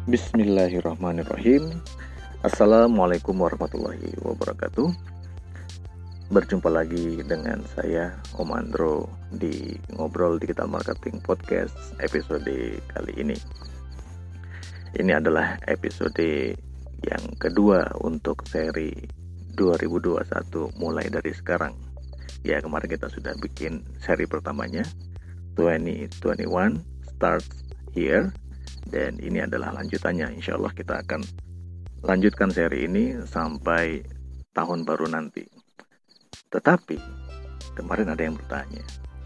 Bismillahirrahmanirrahim. Assalamualaikum warahmatullahi wabarakatuh. Berjumpa lagi dengan saya Om Andro di Ngobrol Digital Marketing Podcast episode kali ini. Ini adalah episode yang kedua untuk seri 2021 mulai dari sekarang. Ya, kemarin kita sudah bikin seri pertamanya 2021 Starts Here. Dan ini adalah lanjutannya. Insya Allah kita akan lanjutkan seri ini sampai tahun baru nanti. Tetapi kemarin ada yang bertanya,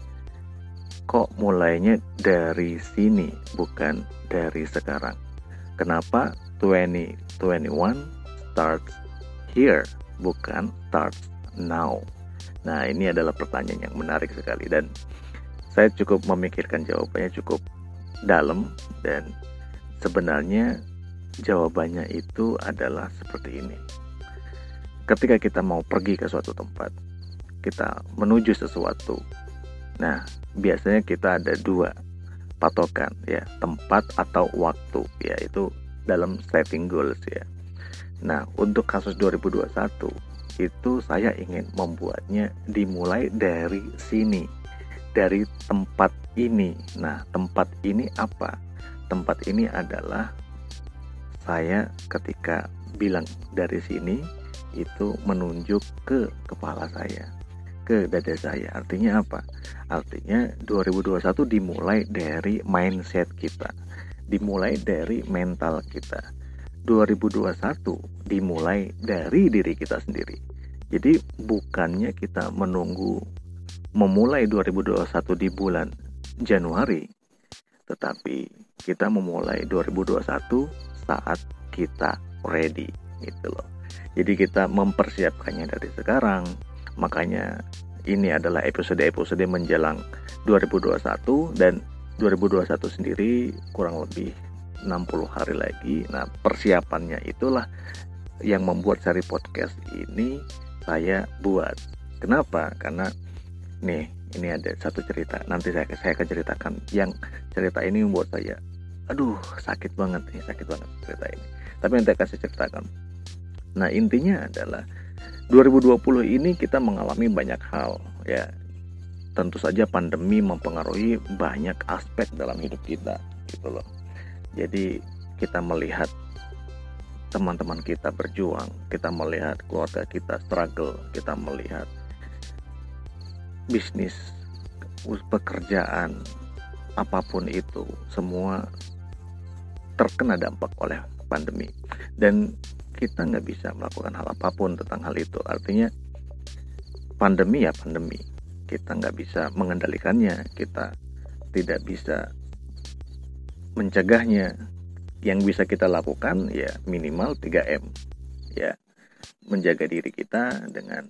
kok mulainya dari sini bukan dari sekarang? Kenapa 2021 starts here bukan starts now? Nah, ini adalah pertanyaan yang menarik sekali dan saya cukup memikirkan jawabannya cukup dalam, dan sebenarnya jawabannya itu adalah seperti ini. Ketika kita mau pergi ke suatu tempat, kita menuju sesuatu. Nah, biasanya kita ada dua patokan, ya, tempat atau waktu, yaitu dalam setting goals, ya. Nah, untuk kasus 2021 itu saya ingin membuatnya dimulai dari sini, dari tempat ini. Nah, tempat ini apa? Tempat ini adalah saya ketika bilang dari sini itu menunjuk ke kepala saya, ke dada saya. Artinya apa? Artinya 2021 dimulai dari mindset kita, dimulai dari mental kita. 2021 dimulai dari diri kita sendiri. Jadi bukannya kita menunggu memulai 2021 di bulan Januari, tetapi kita memulai 2021 saat kita ready, gitu loh. Jadi kita mempersiapkannya dari sekarang. Makanya ini adalah episode-episode menjelang 2021, dan 2021 sendiri kurang lebih 60 hari lagi. Nah, persiapannya itulah yang membuat seri podcast ini saya buat. Kenapa? Karena ini ada satu cerita. Nanti saya akan ceritakan. Yang cerita ini membuat saya, sakit banget cerita ini. Tapi nanti akan saya ceritakan. Nah, intinya adalah 2020 ini kita mengalami banyak hal, ya. Tentu saja pandemi mempengaruhi banyak aspek dalam hidup kita, gitu loh. Jadi kita melihat teman-teman kita berjuang, kita melihat keluarga kita struggle, kita melihat bisnis, pekerjaan, apapun itu, semua terkena dampak oleh pandemi. Dan kita nggak bisa melakukan hal apapun tentang hal itu. Artinya pandemi ya pandemi, kita nggak bisa mengendalikannya, kita tidak bisa mencegahnya. Yang bisa kita lakukan ya minimal 3M, ya, menjaga diri kita dengan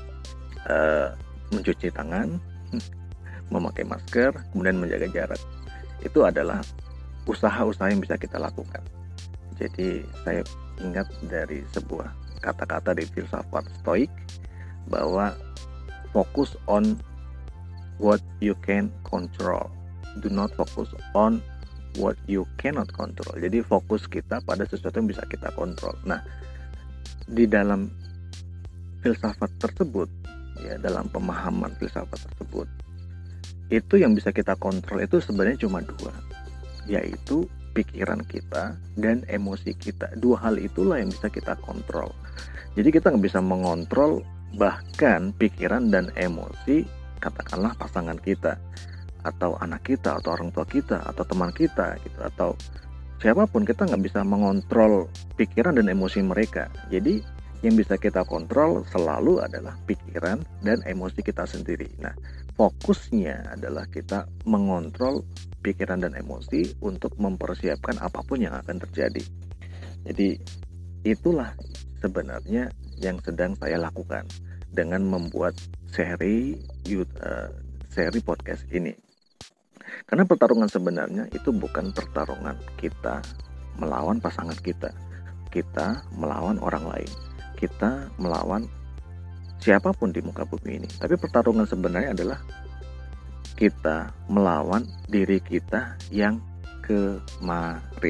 mencuci tangan, memakai masker, kemudian menjaga jarak. Itu adalah usaha-usaha yang bisa kita lakukan. Jadi saya ingat dari sebuah kata-kata dari filsafat Stoik bahwa focus on what you can control, do not focus on what you cannot control. Jadi fokus kita pada sesuatu yang bisa kita kontrol. Nah, di dalam filsafat tersebut, ya, dalam pemahaman filsafat tersebut, itu yang bisa kita kontrol itu sebenarnya cuma dua, yaitu pikiran kita dan emosi kita. Dua hal itulah yang bisa kita kontrol. Jadi kita nggak bisa mengontrol bahkan pikiran dan emosi, katakanlah pasangan kita, atau anak kita, atau orang tua kita, atau teman kita, gitu, atau siapapun. Kita nggak bisa mengontrol pikiran dan emosi mereka. Jadi yang bisa kita kontrol selalu adalah pikiran dan emosi kita sendiri. Nah, fokusnya adalah kita mengontrol pikiran dan emosi untuk mempersiapkan apapun yang akan terjadi. Jadi itulah sebenarnya yang sedang saya lakukan dengan membuat seri podcast ini. Karena pertarungan sebenarnya itu bukan pertarungan kita melawan pasangan kita melawan orang lain, kita melawan siapapun di muka bumi ini. Tapi pertarungan sebenarnya adalah kita melawan diri kita yang kemarin,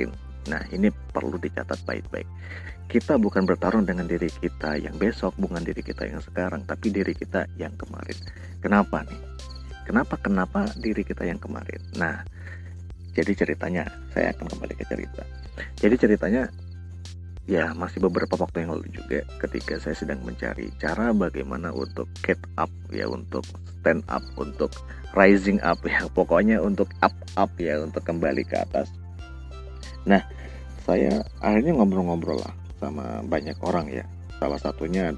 Nah, ini perlu dicatat baik-baik. Kita bukan bertarung dengan diri kita yang besok, bukan diri kita yang sekarang, tapi diri kita yang kemarin. Kenapa nih? Kenapa diri kita yang kemarin? Nah, jadi ceritanya, saya akan kembali ke cerita. Jadi ceritanya, ya masih beberapa waktu yang lalu juga, ketika saya sedang mencari cara bagaimana untuk get up, ya untuk stand up, untuk rising up, ya pokoknya untuk up ya, untuk kembali ke atas. Nah, saya akhirnya ngobrol-ngobrol lah sama banyak orang ya. Salah satunya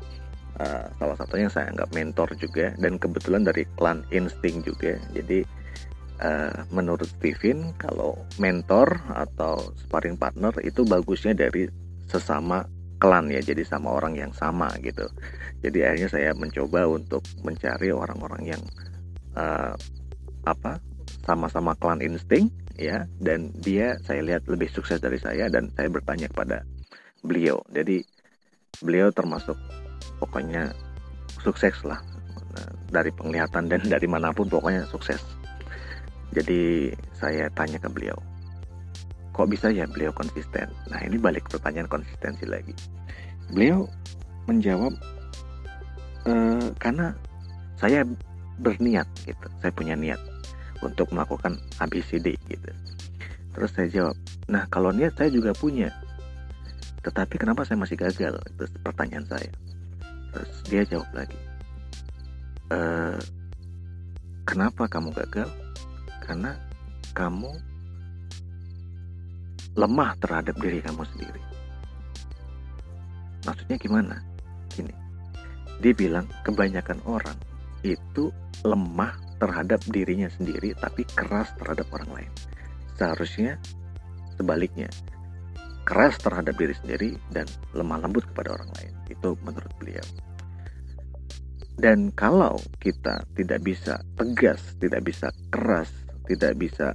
saya anggap mentor juga, dan kebetulan dari klan Insting juga. Jadi menurut Steven, kalau mentor atau sparring partner itu bagusnya dari sesama klan ya, jadi sama orang yang sama gitu. Jadi akhirnya saya mencoba untuk mencari orang-orang yang sama-sama klan Insting ya, dan saya lihat lebih sukses dari saya, dan saya bertanya kepada beliau. Jadi beliau termasuk pokoknya sukses lah, dari penglihatan dan dari manapun pokoknya sukses. Jadi saya tanya ke beliau, kok bisa ya beliau konsisten? Nah, ini balik pertanyaan konsistensi lagi. Beliau menjawab, karena saya berniat gitu, saya punya niat untuk melakukan ABCD gitu. Terus saya jawab, nah kalau niat saya juga punya, tetapi kenapa saya masih gagal? Itu pertanyaan saya. Terus dia jawab lagi, kenapa kamu gagal? Karena kamu lemah terhadap diri kamu sendiri. Maksudnya gimana? Gini, dia bilang kebanyakan orang itu lemah terhadap dirinya sendiri, tapi keras terhadap orang lain. Seharusnya sebaliknya, keras terhadap diri sendiri dan lemah lembut kepada orang lain. Itu menurut beliau. Dan kalau kita tidak bisa tegas, tidak bisa keras, tidak bisa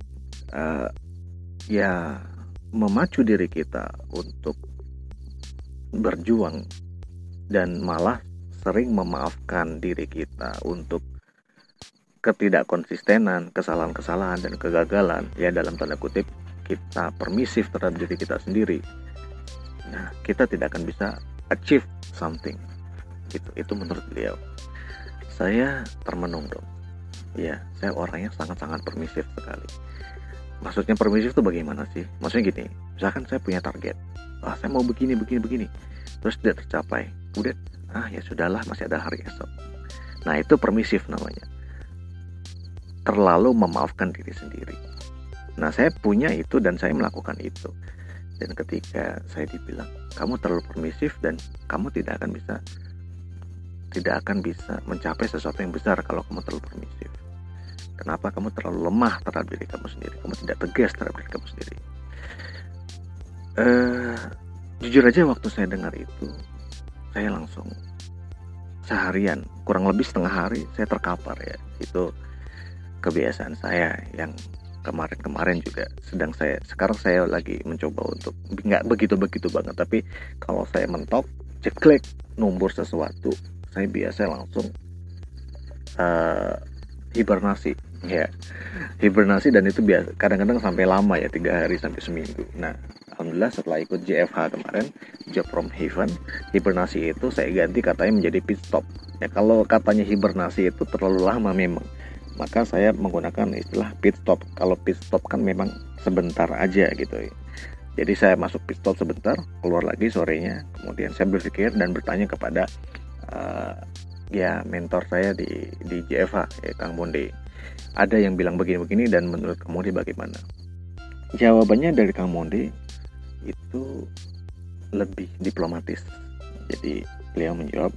memacu diri kita untuk berjuang, dan malah sering memaafkan diri kita untuk ketidakkonsistenan, kesalahan-kesalahan dan kegagalan, ya dalam tanda kutip kita permisif terhadap diri kita sendiri, nah kita tidak akan bisa achieve something gitu. Itu menurut beliau. Saya termenung dong. Ya, saya orangnya sangat-sangat permisif sekali. Maksudnya permisif itu bagaimana sih? Maksudnya gini, misalkan saya punya target, saya mau begini, terus tidak tercapai, kemudian ya sudahlah, masih ada hari esok. Nah, itu permisif namanya, terlalu memaafkan diri sendiri. Nah, saya punya itu dan saya melakukan itu. Dan ketika saya dibilang kamu terlalu permisif dan kamu tidak akan bisa mencapai sesuatu yang besar kalau kamu terlalu permisif. Kenapa? Kamu terlalu lemah terhadap diri kamu sendiri. Kamu tidak tegas terhadap diri kamu sendiri. Jujur aja, waktu saya dengar itu, saya langsung seharian, kurang lebih setengah hari, saya terkapar ya. Itu kebiasaan saya yang kemarin juga sekarang saya lagi mencoba untuk nggak begitu banget, tapi kalau saya mentok, ceklek, numbur sesuatu, saya biasa langsung hibernasi, dan itu biasa kadang-kadang sampai lama ya, 3 hari sampai seminggu. Nah, alhamdulillah setelah ikut JFH kemarin, Job from Heaven, hibernasi itu saya ganti katanya menjadi pit stop. Ya, kalau katanya hibernasi itu terlalu lama memang, maka saya menggunakan istilah pit stop. Kalau pit stop kan memang sebentar aja gitu ya. Jadi saya masuk pit stop sebentar, keluar lagi sorenya, kemudian saya berpikir dan bertanya kepada mentor saya di JFH, Kang Monde. Ada yang bilang begini-begini, dan menurut Kang Monde bagaimana? Jawabannya dari Kang Monde itu lebih diplomatis. Jadi beliau menjawab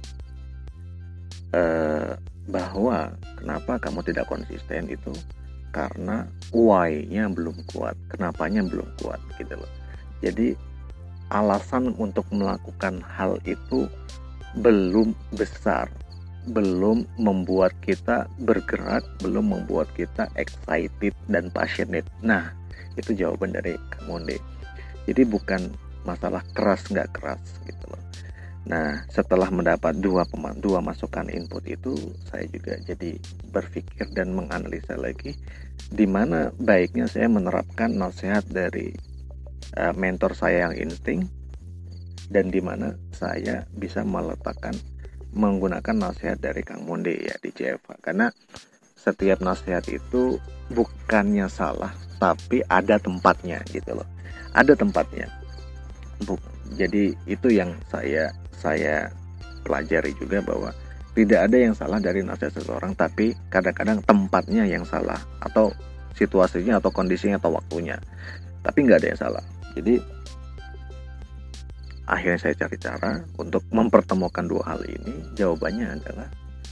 bahwa kenapa kamu tidak konsisten itu karena why-nya belum kuat, kenapanya belum kuat gitu loh. Jadi alasan untuk melakukan hal itu belum besar, belum membuat kita bergerak, belum membuat kita excited dan passionate. Nah, itu jawaban dari Kang Monde. Jadi bukan masalah keras nggak keras gitu loh. Nah, setelah mendapat dua masukan input itu, saya juga jadi berpikir dan menganalisa lagi di mana baiknya saya menerapkan nasihat dari mentor saya yang insting, dan di mana saya bisa meletakkan menggunakan nasihat dari Kang Monde ya di CFA. Karena setiap nasihat itu bukannya salah, tapi ada tempatnya gitu loh. Ada tempatnya. Jadi itu yang saya pelajari juga, bahwa tidak ada yang salah dari nasihat seseorang, tapi kadang-kadang tempatnya yang salah, atau situasinya atau kondisinya atau waktunya. Tapi nggak ada yang salah. Jadi akhirnya saya cari cara untuk mempertemukan dua hal ini. Jawabannya adalah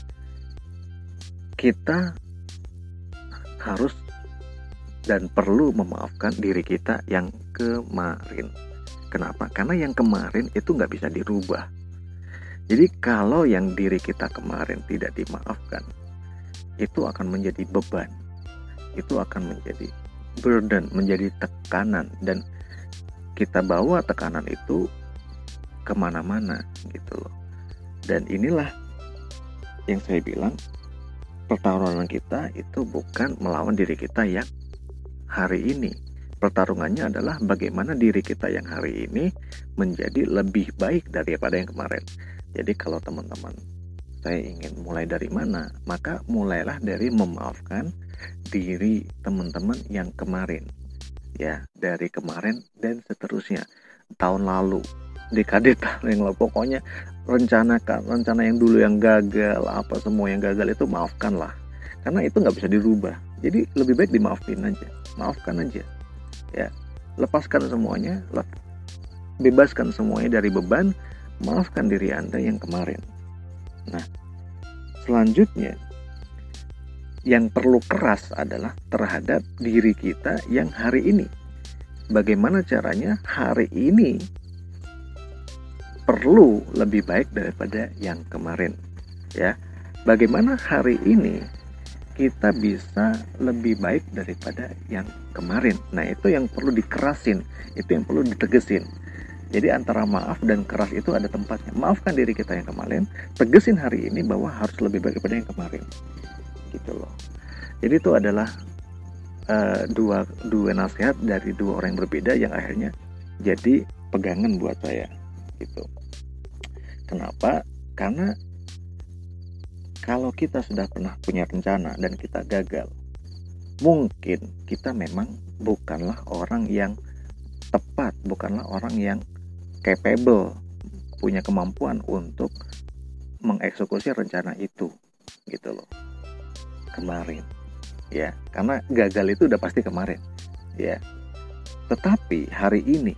kita harus dan perlu memaafkan diri kita yang kemarin. Kenapa? Karena yang kemarin itu nggak bisa dirubah. Jadi kalau yang diri kita kemarin tidak dimaafkan, itu akan menjadi beban, itu akan menjadi burden, menjadi tekanan, dan kita bawa tekanan itu kemana-mana gitu loh. Dan inilah yang saya bilang, pertarungan kita itu bukan melawan diri kita yang hari ini. Pertarungannya adalah bagaimana diri kita yang hari ini menjadi lebih baik daripada yang kemarin. Jadi kalau teman-teman, saya ingin mulai dari mana, maka mulailah dari memaafkan diri teman-teman yang kemarin. Ya, dari kemarin dan seterusnya. Tahun lalu, dekade tahun yang lalu, pokoknya rencana yang dulu yang gagal, apa semua yang gagal itu maafkanlah. Karena itu nggak bisa dirubah. Jadi lebih baik dimaafin aja, maafkan aja. Ya, lepaskan semuanya, bebaskan semuanya dari beban, maafkan diri Anda yang kemarin. Nah, selanjutnya yang perlu keras adalah terhadap diri kita yang hari ini. Bagaimana caranya hari ini perlu lebih baik daripada yang kemarin, ya. Bagaimana hari ini kita bisa lebih baik daripada yang kemarin. Nah, itu yang perlu dikerasin, itu yang perlu ditegesin. Jadi antara maaf dan keras itu ada tempatnya. Maafkan diri kita yang kemarin, tegesin hari ini bahwa harus lebih baik daripada yang kemarin. Gitu loh. Jadi itu adalah dua nasihat dari dua orang yang berbeda yang akhirnya jadi pegangan buat saya gitu. Kenapa? Karena kalau kita sudah pernah punya rencana dan kita gagal, mungkin kita memang bukanlah orang yang tepat, bukanlah orang yang capable, punya kemampuan untuk mengeksekusi rencana itu gitu loh. Kemarin ya, karena gagal itu udah pasti kemarin ya. Tetapi hari ini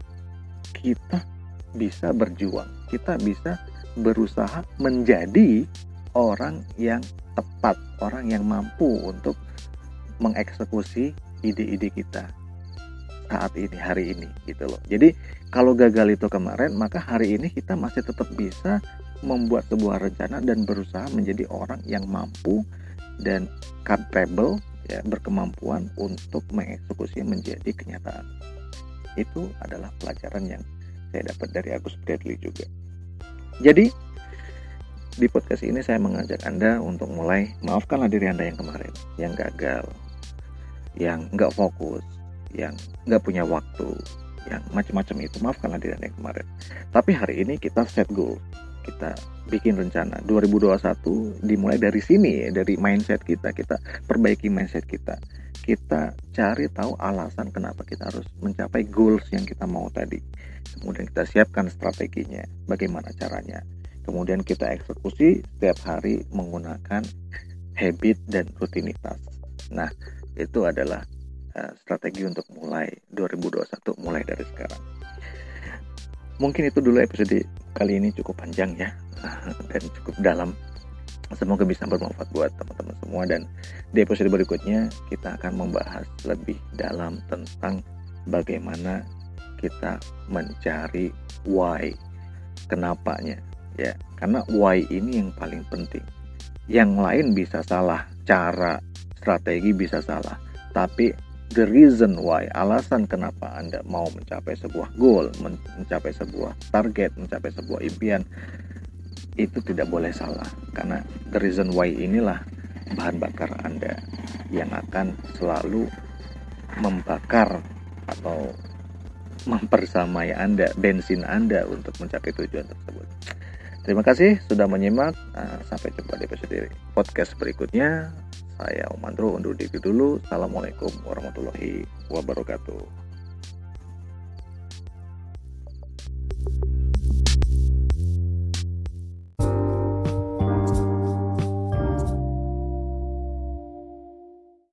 kita bisa berjuang, kita bisa berusaha menjadi orang yang tepat, orang yang mampu untuk mengeksekusi ide-ide kita saat ini, hari ini gitu loh. Jadi kalau gagal itu kemarin, maka hari ini kita masih tetap bisa membuat sebuah rencana dan berusaha menjadi orang yang mampu dan capable, ya, berkemampuan untuk mengeksekusi menjadi kenyataan. Itu adalah pelajaran yang saya dapat dari Agus Bradley juga. Jadi di podcast ini saya mengajak Anda untuk mulai maafkanlah diri Anda yang kemarin, yang gagal, yang nggak fokus, yang nggak punya waktu, yang macam-macam itu. Maafkanlah diri Anda yang kemarin. Tapi hari ini kita set goal, kita bikin rencana 2021 dimulai dari sini, dari mindset kita perbaiki mindset kita cari tahu alasan kenapa kita harus mencapai goals yang kita mau tadi, kemudian kita siapkan strateginya, bagaimana caranya, kemudian kita eksekusi setiap hari menggunakan habit dan rutinitas. Nah, itu adalah strategi untuk mulai 2021, mulai dari sekarang. Mungkin itu dulu episode kali ini, cukup panjang ya dan cukup dalam. Semoga bisa bermanfaat buat teman-teman semua, dan di episode berikutnya kita akan membahas lebih dalam tentang bagaimana kita mencari why, kenapanya ya. Karena why ini yang paling penting. Yang lain bisa salah, cara, strategi bisa salah, tapi the reason why, alasan kenapa Anda mau mencapai sebuah goal, mencapai sebuah target, mencapai sebuah impian, itu tidak boleh salah. Karena the reason why inilah bahan bakar Anda yang akan selalu membakar atau mempersamai Anda, bensin Anda untuk mencapai tujuan tersebut. Terima kasih sudah menyimak. Sampai jumpa di episode podcast berikutnya. Saya Om Andro undur diri dulu. Assalamualaikum warahmatullahi wabarakatuh.